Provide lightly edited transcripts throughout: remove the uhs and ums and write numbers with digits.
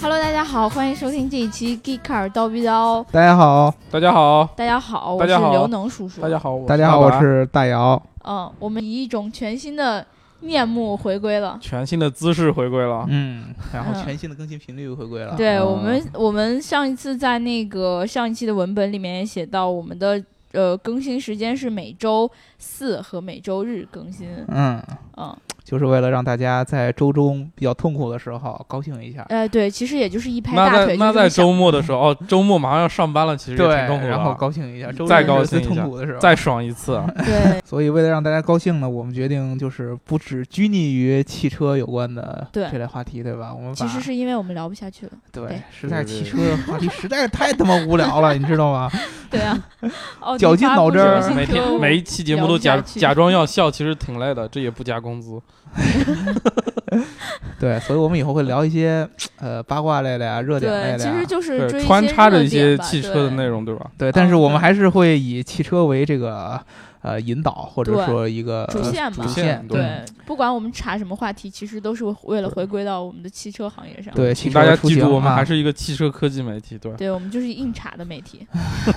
Hello， 大家好，欢迎收听这一期 Geek 耳叨逼叨。 大家好， 大家好， 大家好，我是刘能叔叔。 大家好， 大家好，我是大姚。 我们以一种全新的面目回归了， 全新的姿势回归了， 然后全新的更新频率回归了。 对，我们上一次在那个上一期的文本里面也写到，我们的更新时间是每周四和每周日更新。 就是为了让大家在周中比较痛苦的时候高兴一下。 对，其实也就是一拍大腿。 那在周末的时候，周末马上要上班了，其实也挺痛苦的。 然后高兴一下，周再高兴一下， 最痛苦的时候再爽一次。 对， 所以为了让大家高兴呢，我们决定就是不只拘泥于汽车有关的这类话题，对吧？我们其实是因为我们聊不下去了。 对，实在汽车的话题实在是太他妈无聊了，你知道吗？ 对啊， 绞尽脑汁儿， 每一期节目都假装要笑，其实挺累的，这也不加工资。 对，所以我们以后会聊一些八卦类的呀、热点类的呀， 其实就是追穿插着一些汽车的内容，对吧？ 对，但是我们还是会以汽车为这个引导，或者说一个主线吧。 主线对，不管我们查什么话题，其实都是为了回归到我们的汽车行业上。 对， 请大家记住，我们还是一个汽车科技媒体。 对，我们就是硬查的媒体。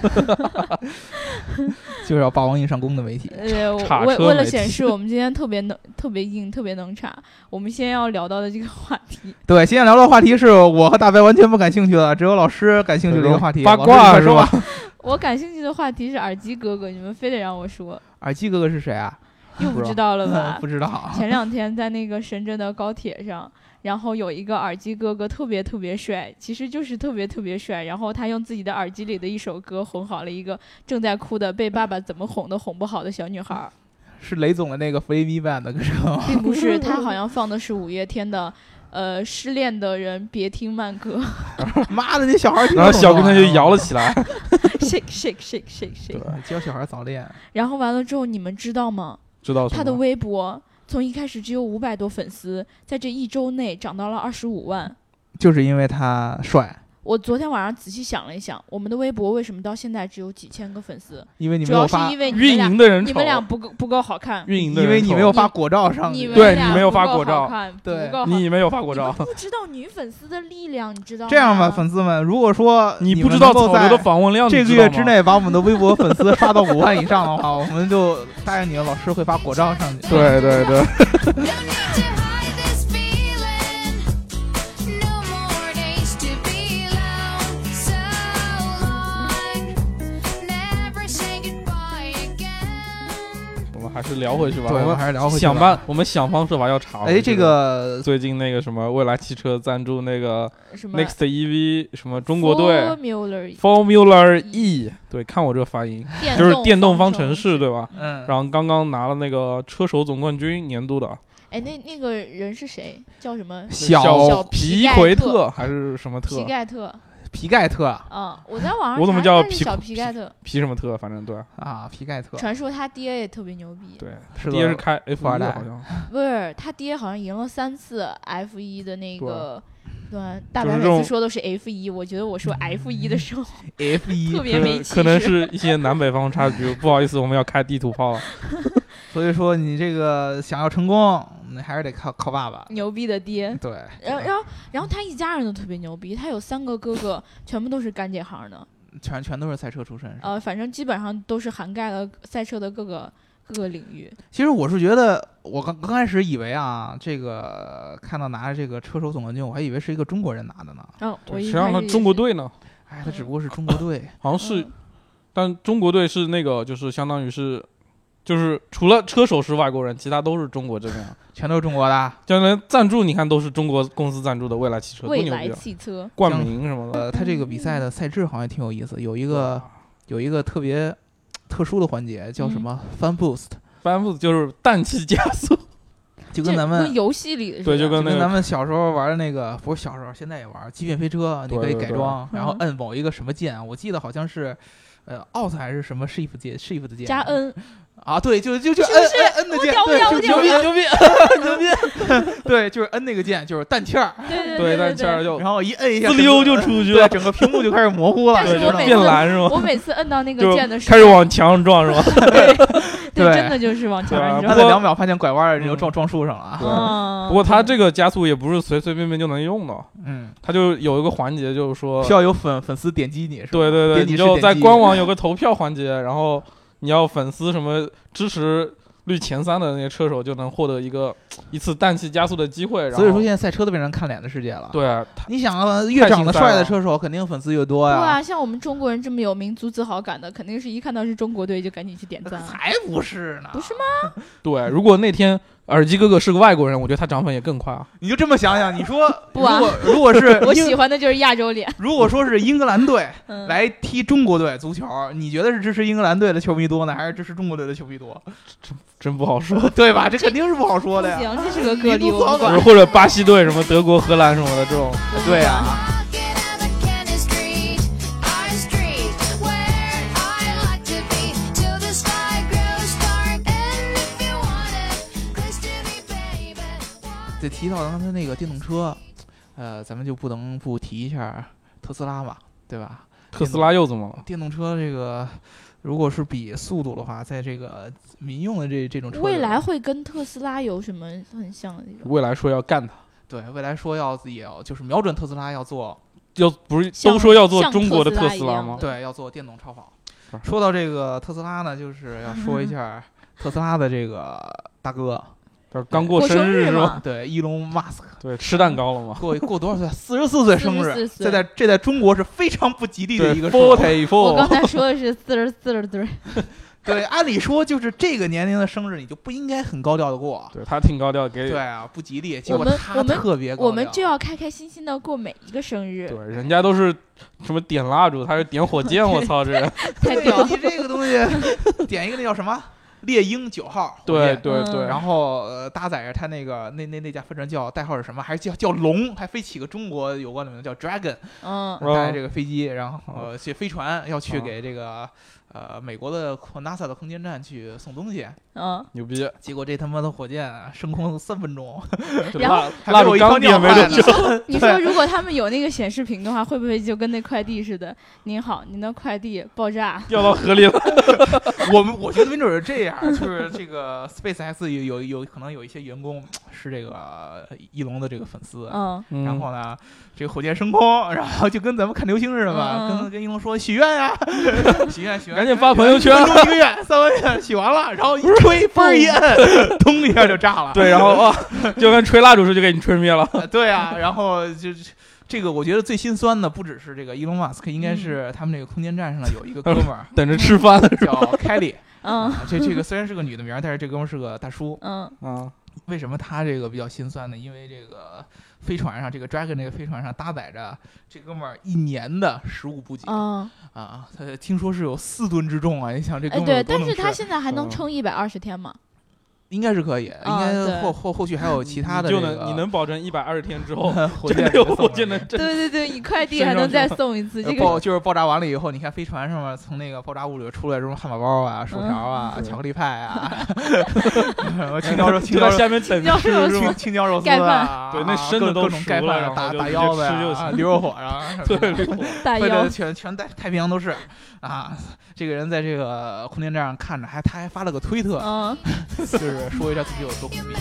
就是要霸王硬上弓的媒体。 为了显示我们今天特别硬、特别能查，我们先要聊到的这个话题。 对，今天聊的话题是我和大白完全不感兴趣的，只有老师感兴趣的一个话题。 八卦是吧？ 我感兴趣的话题是耳机哥哥，你们非得让我说。 耳机哥哥是谁啊？ 又不知道了吧？ 不知道。 前两天在那个深圳的高铁上，然后有一个耳机哥哥特别特别帅，其实就是特别特别帅。然后他用自己的耳机里的一首歌哄好了一个正在哭的被爸爸怎么哄都哄不好的小女孩。 是雷总的那个弗雷米版的歌声？ 并不是，他好像放的是五月天的失恋的人别听慢歌。 妈的，那小孩听然后小姑娘就摇了起来。 shake shake shake shake shake， 对，教小孩早恋。 然后完了之后，你们知道吗？ 知道。 他的微博从一开始只有500多粉丝，在这一周内涨到了25万， 就是因为他帅。 我昨天晚上仔细想了一想，我们的微博为什么到现在只有几千个粉丝？ 因为你没有发， 主要是因为运营的人， 你们俩不够好看。 运营的人， 因为你没有发果照上去。 对，你没有发果照。 对， 你没有发果照。 不知道女粉丝的力量，你知道吗？ 这样吧，粉丝们，如果说你不知道草榴的访问量， 这个月之内把我们的微博粉丝刷到5万以上的话，我们就答应你，老师会发果照上去。 对对对。还是聊回去吧。 对，我们还是聊回去。 我们想方设法要查。 这个最近那个什么蔚来汽车赞助那个什么 Next EV 什么中国队 Formula E， 对，看我这个发音，就是电动方程式，对吧？然后刚刚拿了那个车手总冠军年度的。 那个人是谁？叫什么？ 小皮奎特还是什么特？ 皮盖特。我在网上我怎么叫小皮盖特？ 皮什么特？反正对啊，皮盖特。 传说他爹也特别牛逼。 对，爹是开 F1 的，好像不是，他爹好像赢了3次 F1 的那个。对，大白每次说都是 F1，我觉得我说 F1 的时候 ，F1 特别没气势。 可能是一些南北方差距，不好意思，我们要开地图炮了。 所以说你这个想要成功，你还是得靠爸爸， 牛逼的爹。 对， 然后他一家人都特别牛逼，他有3个哥哥，全部都是干这行的， 全都是赛车出身。 反正基本上都是涵盖了赛车的各个领域。 其实我是觉得，我刚开始以为啊，这个看到拿着这个车手总冠军，我还以为是一个中国人拿的呢。 实际上他中国队呢， 他只不过是中国队， 好像是，但中国队是那个就是相当于是。就是除了车手是外国人，其他都是中国这边， 全都是中国的。 就连赞助，你看都是中国公司赞助的蔚来汽车， 蔚来汽车冠名什么的。 他这个比赛的赛制好像挺有意思，有一个特别特殊的环节，叫什么 Fan Boost。Fan Boost 就是氮气加速， 就跟咱们游戏里的对，就跟咱们小时候玩的那个，不是小时候，现在也玩极品飞车，你可以改装，然后摁某一个什么键，我记得好像是Alt 还是什么 Shift 键加 N。 啊，对，就摁的键，对，牛逼， 对，就是摁那个键，就是弹气儿， 对， 弹气儿就， 然后一摁一下， 滋溜就出去了， 整个屏幕就开始模糊了， 但是我变蓝是吗？ 我每次摁到那个键的时候， 开始往墙上撞是吧？ 对，真的就是往墙上撞。 按了2秒，发现拐弯，你就撞树上了。 不过它这个加速也不是随随便便就能用的，它就有一个环节，就是说需要有粉丝点击你， 对，你就在官网有个投票环节，然后你要粉丝什么支持率前3的那些车手就能获得一次氮气加速的机会。 所以说现在赛车都变成看脸的世界了。 对， 你想越长得帅的车手，肯定粉丝越多呀。 对啊，像我们中国人这么有民族自豪感的，肯定是一看到是中国队就赶紧去点赞。 才不是呢， 不是吗？ 对，如果那天耳机哥哥是个外国人，我觉得他涨粉也更快啊。 你就这么想想，你说不啊？ 如果是我喜欢的就是亚洲脸。 如果说是英格兰队来踢中国队足球，你觉得是支持英格兰队的球迷多呢，还是支持中国队的球迷多？ 真不好说， 对吧？这肯定是不好说的呀。 不行，这是个个例，我管。或者巴西队什么德国、荷兰什么的这种， 对呀。再提到刚才那个电动车，咱们就不能不提一下特斯拉嘛，对吧？ 特斯拉又怎么了？ 电动车这个，如果是比速度的话，在这个民用的这种车， 未来会跟特斯拉有什么很像的？ 未来说要干它， 对，未来说也要就是瞄准特斯拉要做， 不是都说要做中国的特斯拉吗？ 对，要做电动超跑。说到这个特斯拉呢，就是要说一下特斯拉的这个大哥。 刚过生日是吧？ 对，伊隆马斯克， 对，吃蛋糕了吗？ 过多少岁？44岁生日，这在中国是非常不吉利的一个数。 我刚才说的是44岁。 对，按理说就是这个年龄的生日，你就不应该很高调的过。 对他挺高调，对啊，不吉利。结果他特别高调， 我们就要开开心心的过每一个生日。 对，人家都是什么点蜡烛，他是点火箭，我操，这人太屌！ 你这个东西点一个那叫什么？猎鹰9号， 对， 然后搭载着它那架飞船叫代号是什么？还是叫龙，还飞起个中国有关的名字叫 Dragon， 带这个飞机，然后这飞船要去给这个美国的 NASA 的空间站去送东西， 牛逼！ 结果这他妈的火箭升空3分钟， 然后蜡烛刚点没多久。 你说如果他们有那个显示屏的话，会不会就跟那快递似的？您好，您的快递爆炸掉到河里了。 我觉得没准是这样，就是这个 SpaceX 有可能有一些员工是这个翼龙的这个粉丝，然后呢，这个火箭升空，然后就跟咱们看流星似的嘛，跟翼龙说许愿呀，许愿， 赶紧发朋友圈 ，1个月3个月许完了，然后一吹，嘣一摁，咚一下就炸了。 对，然后就跟吹蜡烛似的就给你吹灭了。 对啊，然后就。这个我觉得最心酸的不只是这个伊隆马斯克，应该是他们这个空间站上有一个哥们儿等着吃饭， 叫凯莉。这个虽然是个女的名，但是这哥们儿是个大叔。为什么他这个比较心酸呢？因为这个飞船上，这个 Dragon 这个飞船上搭载着这哥们儿1年的食物补给他听说是有4吨之重啊！你想这哥们儿对，但是他现在还能撑120天吗？ 应该是可以，应该后续还有其他的你能保证120天之后火箭能对，你快递还能再送一次。 就是爆炸完了以后，你看飞船上面从那个爆炸物里出来这种汉堡包啊、薯条啊、巧克力派啊，青椒肉下面等着吃青椒肉丝啊， 对，那生的各种盖饭、大腰子啊、驴肉火啊， 对，大腰全太平洋都是啊。这个人在这个空间站上看着，他还发了个推特，就是说一下自己有多苦逼。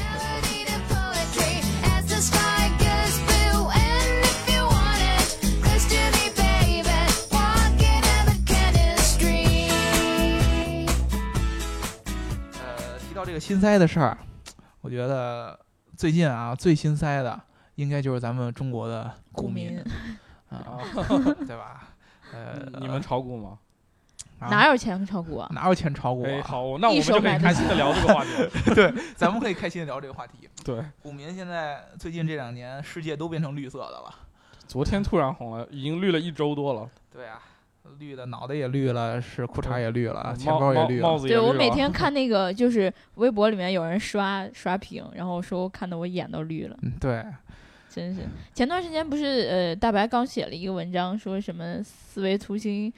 提到这个心塞的事儿，我觉得最近最心塞的应该就是咱们中国的股民对吧？ 你们炒股吗？ 哪有钱炒股啊？ 哪有钱炒股啊？ 好，那我们就可以开心的聊这个话题。 对，咱们可以开心的聊这个话题。 对， 股民现在最近这2年，世界都变成绿色的了。 昨天突然红了，已经绿了1周多了。 对啊，绿的脑袋也绿了，是裤衩也绿了，钱包也绿了， 帽子也绿了。 对，我每天看那个，就是微博里面有人刷屏，然后说看得我眼都绿了。 对。 真是，前段时间不是大白刚写了一个文章，说什么思维图形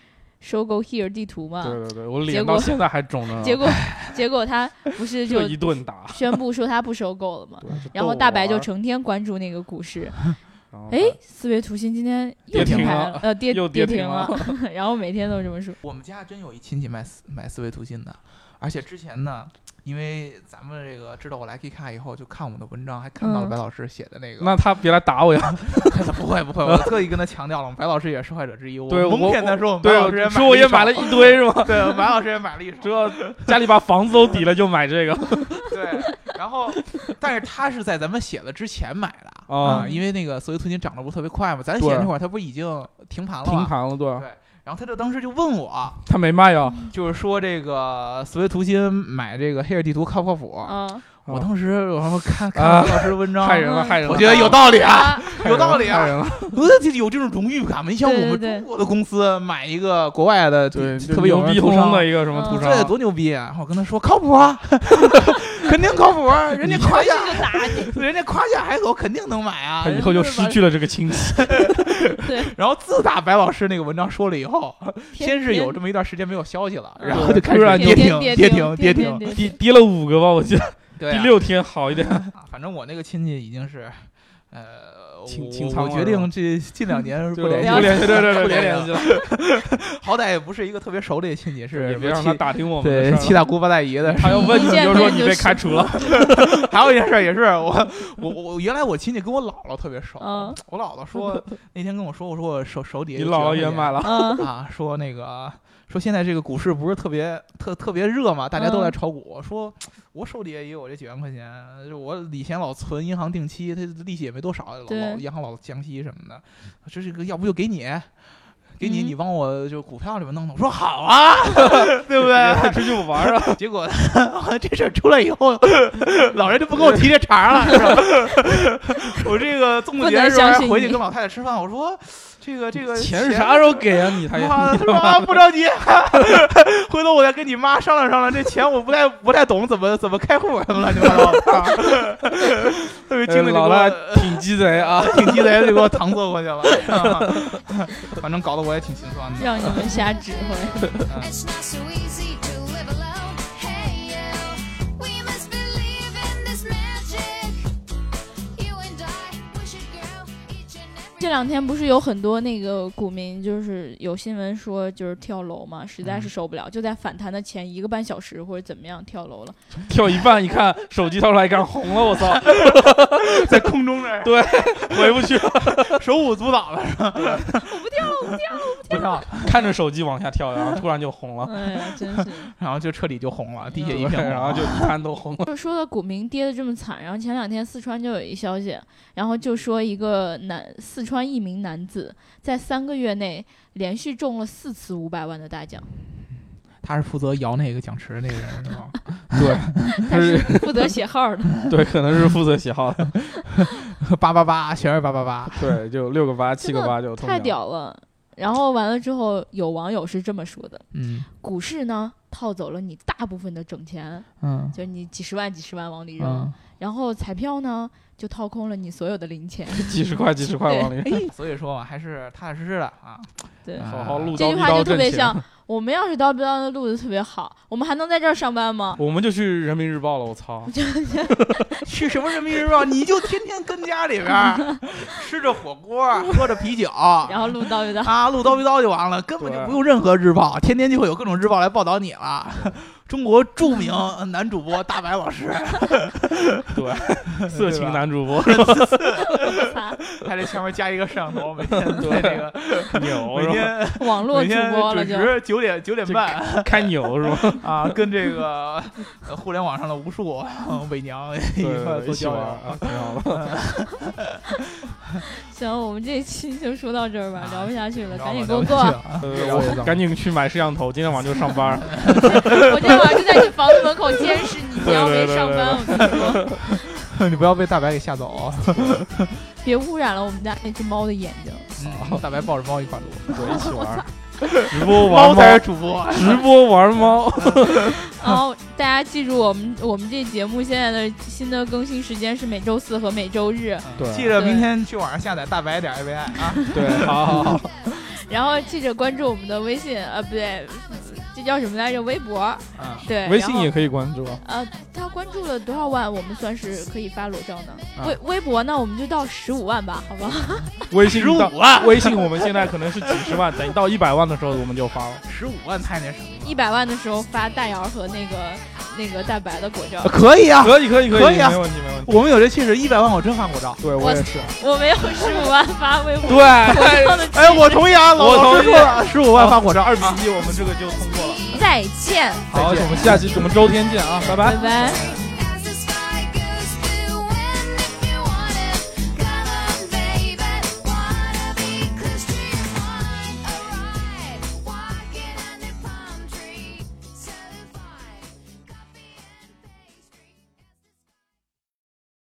收购 Here 地图嘛。 对对对，我脸到现在还肿着。 结果他不是就一顿打， 宣布说他不收购了嘛。然后大白就成天关注那个股市。哎，思维图新今天又停牌了，跌停了，然后每天都这么说。 我们家真有一亲戚买思维图新的，而且之前呢，因为咱们这个知道我来 K 以后，就看我们的文章，还看到了白老师写的那个。 那他别来打我呀！ 不会，我特意跟他强调了，白老师也是受害者之一。 对， 我蒙骗他说， 对，说我也买了一堆是吗？ 对，白老师也买了一手， 这家里把房子都抵了就买这个。 对，然后，但是他是在咱们写的之前买的啊，因为那个思维图新涨得不是特别快嘛，咱写那会儿他不是已经停盘了吗？ 停盘了，对。 然后他就当时就问我， 他没卖呀， 就是说这个思维图新买这个黑尔地图靠不靠谱？我当时我看老师的文章， 害人了， 我觉得有道理啊，有道理啊， 有这种荣誉感嘛？你像我们中国的公司买一个国外的特别有逼通的一个什么图商， 这多牛逼啊！我跟他说靠谱啊，肯定靠谱啊，人家夸下海口，肯定能买啊。 他以后就失去了这个亲戚。 对， 然后自打白老师那个文章说了以后，先是有这么一段时间没有消息了，然后就开始跌停， 跌了5个吧，我记得。第6天好一点。 反正我那个亲戚已经是， 我决定这近2年不联系，不联系了。 好歹也不是一个特别熟的亲戚，是也别让他打听我们对七大姑八大姨的。 他要问你，就说你被开除了。 还有一件事也是，我原来我亲戚跟我姥姥特别熟，我姥姥说那天跟我说，我说我手底下你姥姥也买了啊，说那个。说现在这个股市不是特别热嘛，大家都在炒股。说我手底下也有这几万块钱，我以前老存银行定期，它利息也没多少，银行老降息什么的。这个要不就给你，你帮我就股票里面弄弄。我说好啊，对不对？ 出去玩啊。 结果这事儿出来以后，老人就不跟我提这茬了。是吧我这个粽子节的时候还回去跟老太太吃饭，我说。这个钱啥时候给啊你？他说不着急，回头我再跟你妈商量，这钱我不太懂怎么开户什么乱七八糟。特别精的老了，挺鸡贼啊， 挺鸡贼就给我搪塞过去了。反正搞得我也挺心酸的。 让你们瞎指挥。这2天不是有很多那个股民，就是有新闻说就是跳楼嘛，实在是受不了，就在反弹的前1个半小时或者怎么样跳楼了。 跳一半一看手机掏出来一看红了，我操， 在空中这对，回不去了， 手舞足蹈了是吧？ 我不跳， 看着手机往下跳，然后突然就红了。 哎呀，真是， 然后就彻底就红了，地下一片， 然后就一滩都红了。 就说到股民跌得这么惨，然后前2天四川就有一消息，然后就说一个四川一名男子在3个月内连续中了4次500万的大奖。 他是负责摇那个奖池那个人是吧？ 对， 他是负责写号的。 对，可能是负责写号的。 888全是888。 对，就6个8、7个8就太屌了。然后完了之后，有网友是这么说的：股市呢套走了你大部分的整钱，就是你几十万往里扔，然后彩票呢就掏空了你所有的零钱， 几十块往里扔。 所以说嘛，还是踏踏实实的啊。 对， 好好录。 这句话就特别像，我们要是叨逼叨的录的特别好，我们还能在这儿上班吗？ 我们就去人民日报了，我操！ 去什么人民日报？你就天天跟家里边吃着火锅，喝着啤酒， 然后录叨逼叨啊，录叨逼叨就完了，根本就不用任何日报，天天就会有各种日报来报道你了。中国著名男主播大白老师， 对，色情男主播， 还得前面加一个摄像头，每天在这个扭， 每天网络主播了，就 9点半开扭是吧？ 啊，跟这个互联网上的无数伪娘一块做交流， 挺好的。 行，我们这一期就说到这儿吧，聊不下去了，赶紧工作， 赶紧去买摄像头，今天晚上就上班。 我今天晚上就在你房子门口监视你，不要没上班。我跟你说，你不要被大白给吓走， 别污染了我们家那只猫的眼睛。 大白抱着猫一块录， 对，一起玩。直播玩猫才是主播， 直播玩猫。 然后大家记住，我们这节目现在的新的更新时间是每周4和每周日。 对， 记得明天去网上下载大白点 API 啊。 对，好。 然后记着关注我们的微信，不对，这叫什么来着？微博啊，对， 微信也可以关注他关注了多少万，我们算是可以发裸照呢？微博呢，我们就到15万吧，好吧？ 微信 15万， 微信我们现在可能是几十万，等到100万的时候我们就发了。 15万太那什么了 ？100万的时候发大姚和那个大白的果照， 可以啊， 可以啊，没问题。 我们有这气势，100万我真发果照。 对我也是， 我没有15万发微博。 对， 哎，我同意啊，老师说了，15万发果照 ，2比1，我们这个就通过了。 再见。 好，我们下期我们周天见啊，拜拜。 拜拜。